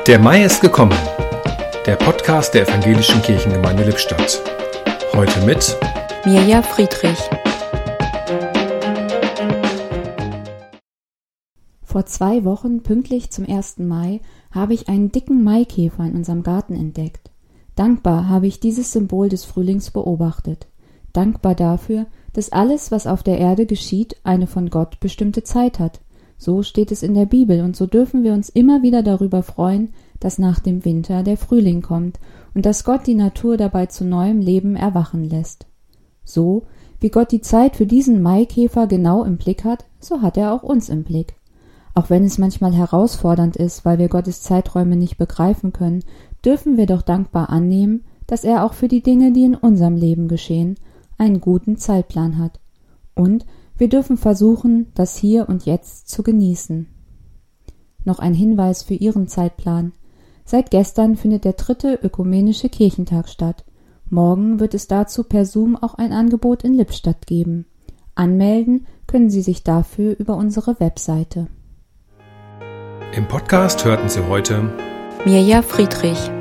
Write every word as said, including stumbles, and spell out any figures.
Der Mai ist gekommen. Der Podcast der Evangelischen Kirchengemeinde Lippstadt. Heute mit Mirja Friedrich. Vor zwei Wochen, pünktlich zum ersten Mai, habe ich einen dicken Maikäfer in unserem Garten entdeckt. Dankbar habe ich dieses Symbol des Frühlings beobachtet. Dankbar dafür, dass alles, was auf der Erde geschieht, eine von Gott bestimmte Zeit hat. So steht es in der Bibel, und so dürfen wir uns immer wieder darüber freuen, dass nach dem Winter der Frühling kommt und dass Gott die Natur dabei zu neuem Leben erwachen lässt. So wie Gott die Zeit für diesen Maikäfer genau im Blick hat, so hat er auch uns im Blick. Auch wenn es manchmal herausfordernd ist, weil wir Gottes Zeiträume nicht begreifen können, dürfen wir doch dankbar annehmen, dass er auch für die Dinge, die in unserem Leben geschehen, einen guten Zeitplan hat. Und wir dürfen versuchen, das Hier und Jetzt zu genießen. Noch ein Hinweis für Ihren Zeitplan. Seit gestern findet der dritte ökumenische Kirchentag statt. Morgen wird es dazu per Zoom auch ein Angebot in Lippstadt geben. Anmelden können Sie sich dafür über unsere Webseite. Im Podcast hörten Sie heute Mirja Friedrich.